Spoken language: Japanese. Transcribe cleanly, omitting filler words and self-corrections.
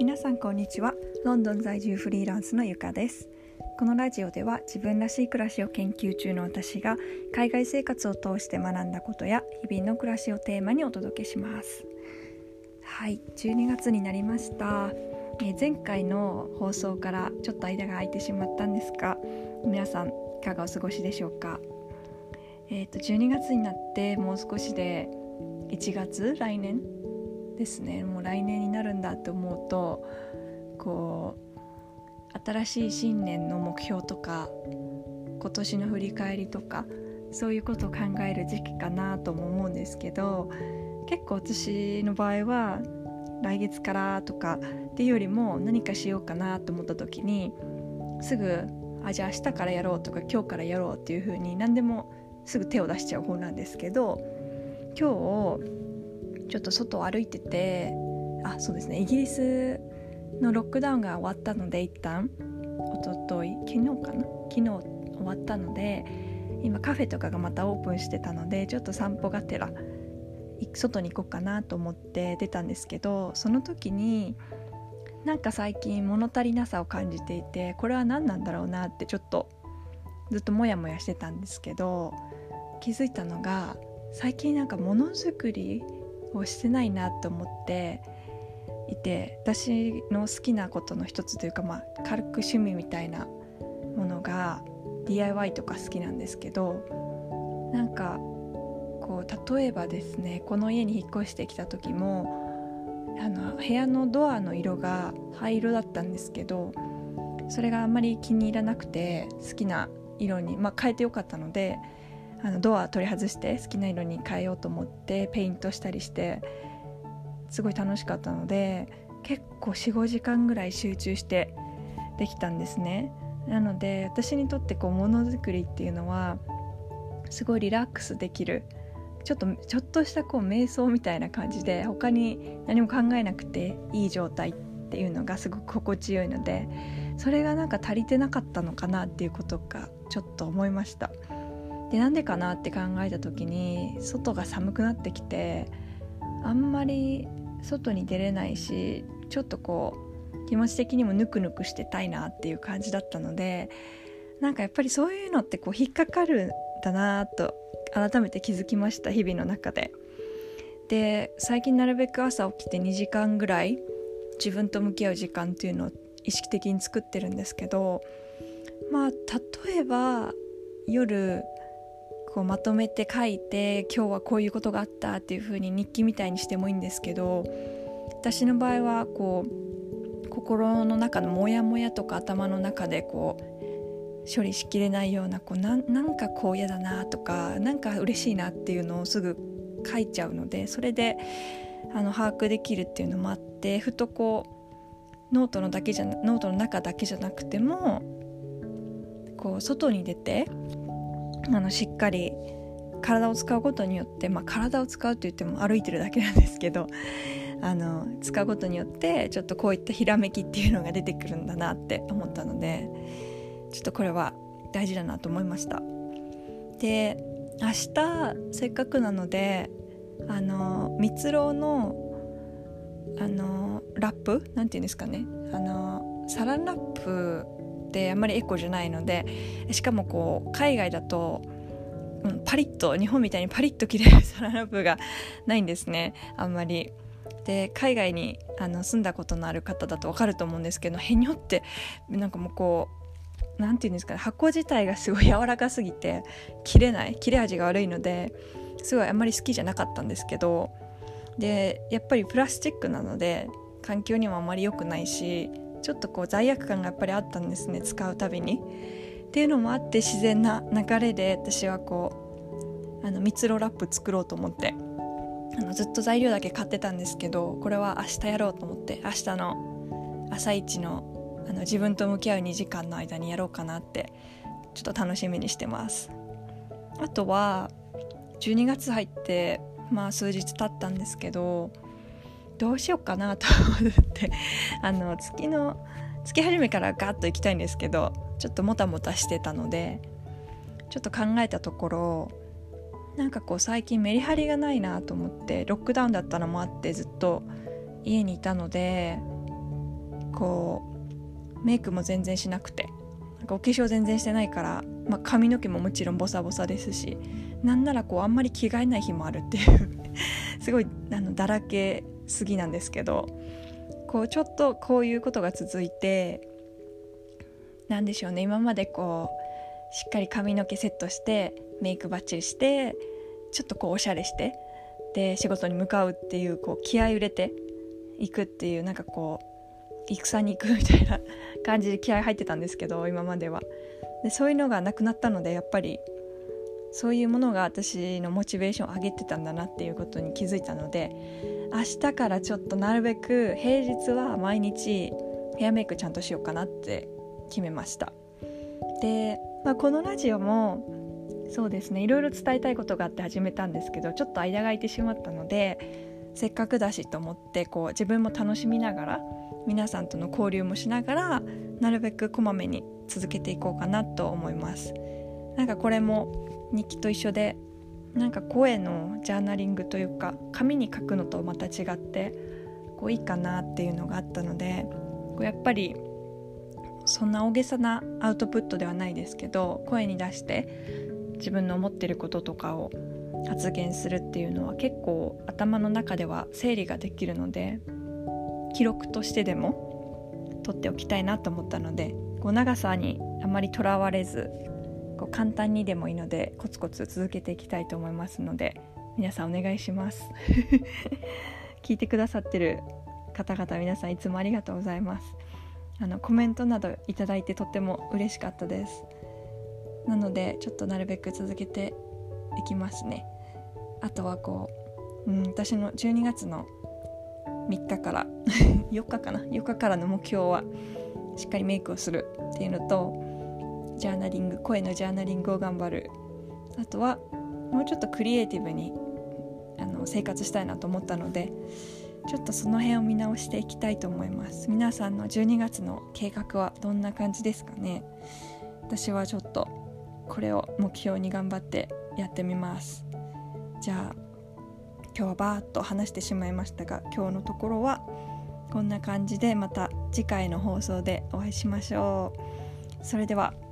皆さんこんにちは。ロンドン在住フリーランスのゆかです。このラジオでは自分らしい暮らしを研究中の私が海外生活を通して学んだことや日々の暮らしをテーマにお届けします。はい、12月になりました。前回の放送からちょっと間が空いてしまったんですが、皆さんいかがお過ごしでしょうか。12月になってもう少しで1月、来年ですね。もう来年になるんだと思うと、新しい新年の目標とか今年の振り返りとかそういうことを考える時期かなとも思うんですけど、結構私の場合は来月からとかっていうよりも何かしようかなと思った時にすぐじゃあ明日からやろうとか今日からやろうっていう風に何でもすぐ手を出しちゃう方なんですけど、今日ちょっと外を歩いてて、そうですね、イギリスのロックダウンが終わったので一旦昨日終わったので、今カフェとかがまたオープンしてたのでちょっと散歩がてら外に行こうかなと思って出たんですけど、その時になんか最近物足りなさを感じていて、これは何なんだろうなってちょっとずっとモヤモヤしてたんですけど、気づいたのが最近なんか物づくりをしてないなと思っていて、私の好きなことの一つというか、軽く趣味みたいなものが DIY とか好きなんですけど、なんか例えばですね、この家に引っ越してきた時も部屋のドアの色が灰色だったんですけど、それがあんまり気に入らなくて好きな色に、変えてよかったのでドア取り外して好きな色に変えようと思ってペイントしたりしてすごい楽しかったので、結構 4,5 時間ぐらい集中してできたんですね。なので私にとってものづくりっていうのはすごいリラックスできる、ちょっとした瞑想みたいな感じで、他に何も考えなくていい状態っていうのがすごく心地よいので、それがなんか足りてなかったのかなっていうことがちょっと思いました。で、なんでかなって考えた時に、外が寒くなってきてあんまり外に出れないし、ちょっと気持ち的にもぬくぬくしてたいなっていう感じだったので、なんかやっぱりそういうのって引っかかるんだなと改めて気づきました、日々の中で。で、最近なるべく朝起きて2時間ぐらい自分と向き合う時間っていうのを意識的に作ってるんですけど、例えば夜まとめて書いて、今日はこういうことがあったっていう風に日記みたいにしてもいいんですけど、私の場合は心の中のモヤモヤとか頭の中で処理しきれないようななんか嫌だなとか、なんか嬉しいなっていうのをすぐ書いちゃうので、それで把握できるっていうのもあって、ふとノートの中だけじゃなくても外に出てしっかり体を使うことによって、体を使うと言っても歩いてるだけなんですけど、使うことによってちょっとこういったひらめきっていうのが出てくるんだなって思ったので、ちょっとこれは大事だなと思いました。で、明日せっかくなので蜜蝋のラップなんていうんですかね、サランラップってあんまりエコじゃないので、しかも海外だと、パリッと日本みたいにパリッと切れるサランラップがないんですね、あんまり。で、海外に住んだことのある方だと分かると思うんですけど、へにょってなんかなんていうんですかね、箱自体がすごい柔らかすぎて切れ味が悪いので、すごいあんまり好きじゃなかったんですけど、でやっぱりプラスチックなので環境にもあまり良くないし、ちょっと罪悪感がやっぱりあったんですね、使うたびに。っていうのもあって、自然な流れで私は蜜蝋ラップ作ろうと思ってずっと材料だけ買ってたんですけど、これは明日やろうと思って、明日の朝一の自分と向き合う2時間の間にやろうかなってちょっと楽しみにしてます。あとは12月入って数日経ったんですけど、どうしようかなと思って月始めからガッと行きたいんですけど、ちょっともたもたしてたので、ちょっと考えたところ、なんか最近メリハリがないなと思って、ロックダウンだったのもあってずっと家にいたので、 こうメイクも全然しなくて、なんかお化粧全然してないから、髪の毛ももちろんボサボサですし、なんならこうあんまり着替えない日もあるっていうすごいだらけすぎなんですけど、こうちょっとこういうことが続いて、なんでしょうね、今までこうしっかり髪の毛セットしてメイクバッチリしてちょっとこうおしゃれしてで仕事に向かうっていう、こう気合い入れていくっていう、なんかこう戦に行くみたいな感じで気合い入ってたんですけど、今まではでそういうのがなくなったので、やっぱりそういうものが私のモチベーションを上げてたんだなっていうことに気づいたので、明日からちょっとなるべく平日は毎日ヘアメイクちゃんとしようかなって決めました。で、このラジオもそうですね、いろいろ伝えたいことがあって始めたんですけど、ちょっと間が空いてしまったので、せっかくだしと思ってこう自分も楽しみながら皆さんとの交流もしながら、なるべくこまめに続けていこうかなと思います。なんかこれも日記と一緒で、なんか声のジャーナリングというか紙に書くのとまた違ってこういいかなっていうのがあったので、こうやっぱりそんな大げさなアウトプットではないですけど、声に出して自分の思ってることとかを発言するっていうのは結構頭の中では整理ができるので、記録としてでも取っておきたいなと思ったので、こう長さにあまりとらわれず、こう簡単にでもいいのでコツコツ続けていきたいと思いますので、皆さんお願いします聞いてくださってる方々、皆さんいつもありがとうございます。コメントなどいただいてとっても嬉しかったです。なのでちょっとなるべく続けていきますね。あとはこう、私の12月の3日から4日かな4日からの目標はしっかりメイクをするっていうのと、ジャーナリング、声のジャーナリングを頑張る、あとはもうちょっとクリエイティブに生活したいなと思ったので、ちょっとその辺を見直していきたいと思います。皆さんの12月の計画はどんな感じですかね。私はちょっとこれを目標に頑張ってやってみます。じゃあ今日はバーッと話してしまいましたが、今日のところはこんな感じで、また次回の放送でお会いしましょう。それでは。